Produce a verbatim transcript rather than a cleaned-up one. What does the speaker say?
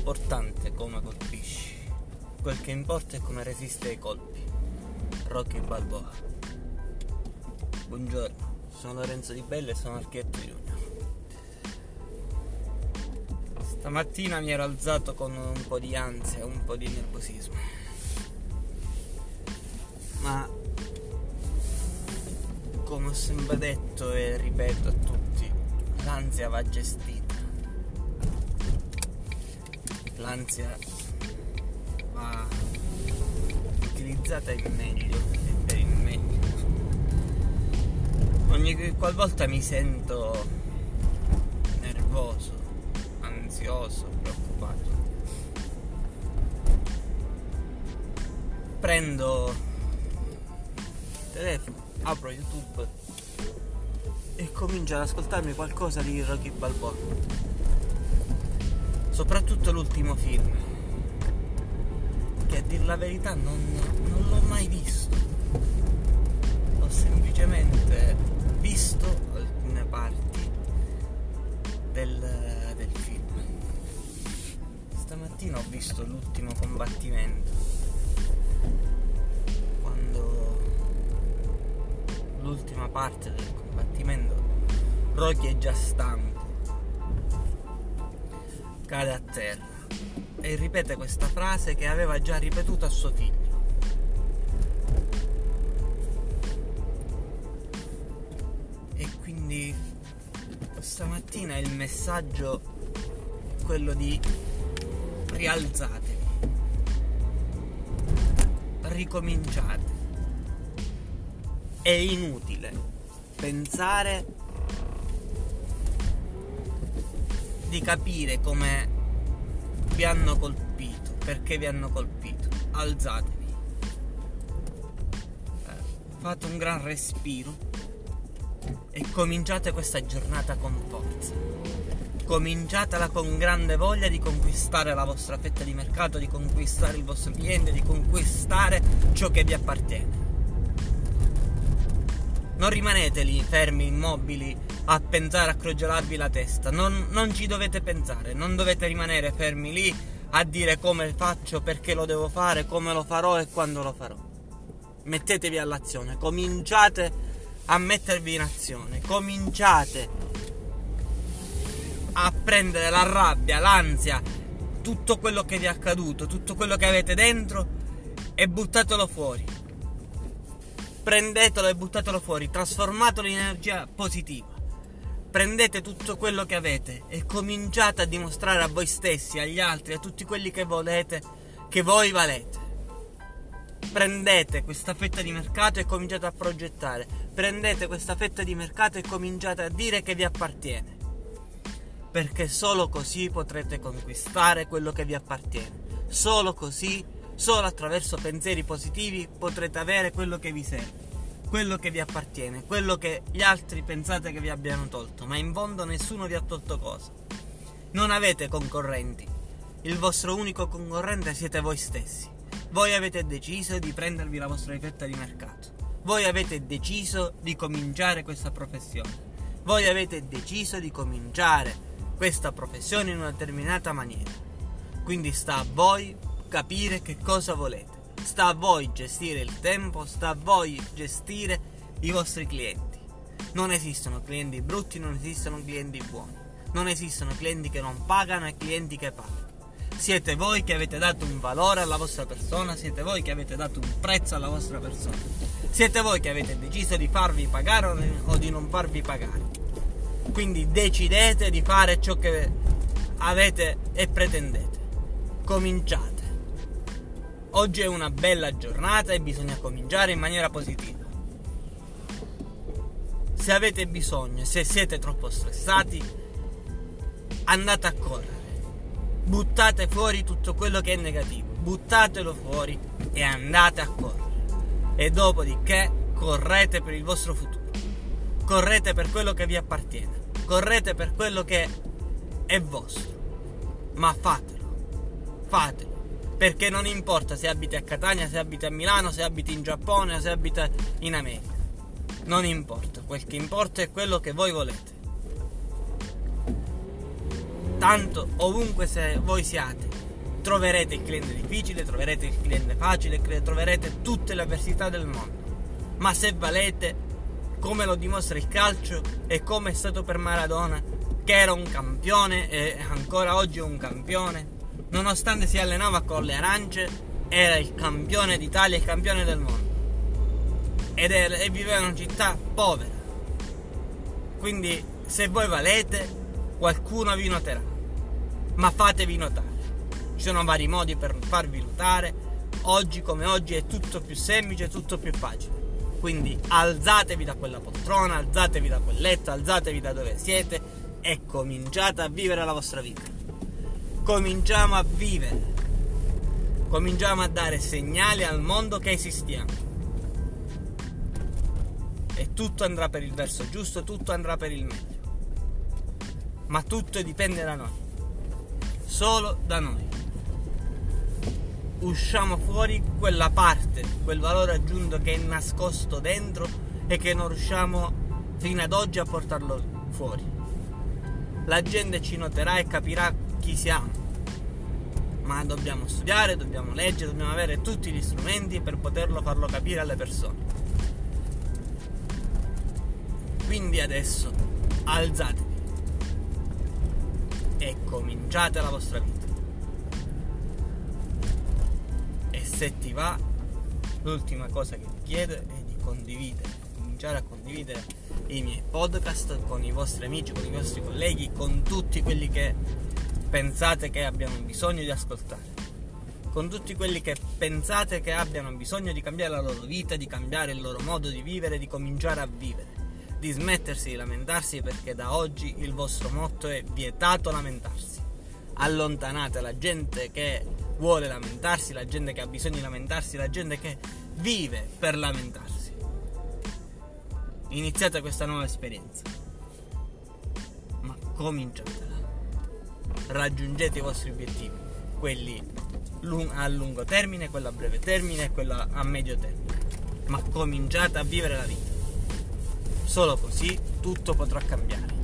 importante come colpisci, quel che importa è come resiste ai colpi. Rocky Balboa. Buongiorno, sono Lorenzo Di Belle e sono Architetto Junior. Stamattina mi ero alzato con un po' di ansia e un po' di nervosismo, ma come ho sempre detto e ripeto a tutti, l'ansia va gestita, l'ansia va utilizzata in meglio e per il meglio. Ogni qualvolta mi sento nervoso, ansioso, preoccupato, prendo il telefono, apro YouTube e comincio ad ascoltarmi qualcosa di Rocky Balboa, soprattutto l'ultimo film, che a dir la verità non, non l'ho mai visto, ho semplicemente visto alcune parti del, del film. Stamattina ho visto l'ultimo combattimento, quando l'ultima parte del combattimento Rocky è già stanco, cade a terra e ripete questa frase che aveva già ripetuto a suo figlio. E quindi stamattina il messaggio è quello di rialzatevi, ricominciate. È inutile pensare di capire come vi hanno colpito, perché vi hanno colpito. Alzatevi, fate un gran respiro e cominciate questa giornata con forza. Cominciatela con grande voglia di conquistare la vostra fetta di mercato, di conquistare il vostro cliente, di conquistare ciò che vi appartiene. Non rimanete lì fermi, immobili, a pensare, a crogiolarvi la testa. Non, non ci dovete pensare, non dovete rimanere fermi lì a dire come faccio, perché lo devo fare, come lo farò e quando lo farò. Mettetevi all'azione, cominciate a mettervi in azione, cominciate a prendere la rabbia, l'ansia, tutto quello che vi è accaduto, tutto quello che avete dentro e buttatelo fuori. Prendetelo e buttatelo fuori, trasformatelo in energia positiva. Prendete tutto quello che avete e cominciate a dimostrare a voi stessi, agli altri, a tutti quelli che volete, che voi valete. Prendete questa fetta di mercato e cominciate a progettare. Prendete questa fetta di mercato e cominciate a dire che vi appartiene. Perché solo così potrete conquistare quello che vi appartiene. Solo così, solo attraverso pensieri positivi potrete avere quello che vi serve, quello che vi appartiene, quello che gli altri pensate che vi abbiano tolto, ma in fondo nessuno vi ha tolto cosa. Non avete concorrenti, il vostro unico concorrente siete voi stessi. Voi avete deciso di prendervi la vostra fetta di mercato, voi avete deciso di cominciare questa professione, voi avete deciso di cominciare questa professione in una determinata maniera. Quindi sta a voi capire che cosa volete. Sta a voi gestire il tempo, sta a voi gestire i vostri clienti. Non esistono clienti brutti, non esistono clienti buoni. Non esistono clienti che non pagano e clienti che pagano. Siete voi che avete dato un valore alla vostra persona, siete voi che avete dato un prezzo alla vostra persona. Siete voi che avete deciso di farvi pagare o di non farvi pagare. Quindi decidete di fare ciò che avete e pretendete. Cominciate. Oggi è una bella giornata e bisogna cominciare in maniera positiva. Se avete bisogno, se siete troppo stressati, andate a correre. Buttate fuori tutto quello che è negativo. Buttatelo fuori e andate a correre. E dopodiché correte per il vostro futuro. Correte per quello che vi appartiene. Correte per quello che è vostro. Ma fatelo. Fatelo. Perché non importa se abiti a Catania, se abiti a Milano, se abiti in Giappone, se abiti in America. Non importa, quel che importa è quello che voi volete. Tanto ovunque se voi siate, Troverete il cliente difficile, troverete il cliente facile, troverete tutte le avversità del mondo. Ma se valete, come lo dimostra il calcio e come è stato per Maradona, che era un campione e ancora oggi è un campione, nonostante si allenava con le arance, era il campione d'Italia, il campione del mondo. Ed era, e viveva in una città povera. Quindi se voi valete, qualcuno vi noterà, ma fatevi notare. Ci sono vari modi per farvi notare. Oggi come oggi è tutto più semplice, tutto più facile. Quindi alzatevi da quella poltrona, alzatevi da quel letto, alzatevi da dove siete e cominciate a vivere la vostra vita. Cominciamo a vivere. Cominciamo a dare segnali al mondo che esistiamo. E tutto andrà per il verso giusto, tutto andrà per il meglio. Ma tutto dipende da noi. Solo da noi. Usciamo fuori quella parte, quel valore aggiunto che è nascosto dentro e che non riusciamo fino ad oggi a portarlo fuori. La gente ci noterà e capirà chi siamo, ma dobbiamo studiare, dobbiamo leggere, dobbiamo avere tutti gli strumenti per poterlo farlo capire alle persone. Quindi adesso alzatevi e cominciate la vostra vita. E se ti va, l'ultima cosa che ti chiedo è di condividere, cominciare a condividere i miei podcast con i vostri amici, con i vostri colleghi, con tutti quelli che pensate che abbiano bisogno di ascoltare, con tutti quelli che pensate che abbiano bisogno di cambiare la loro vita, di cambiare il loro modo di vivere, di cominciare a vivere, di smettersi di lamentarsi, perché da oggi il vostro motto è vietato lamentarsi. Allontanate la gente che vuole lamentarsi, la gente che ha bisogno di lamentarsi, la gente che vive per lamentarsi. Iniziate questa nuova esperienza, ma cominciatela. Raggiungete i vostri obiettivi, quelli a lungo termine, quello a breve termine e quello a medio termine, ma cominciate a vivere la vita. Solo così tutto potrà cambiare.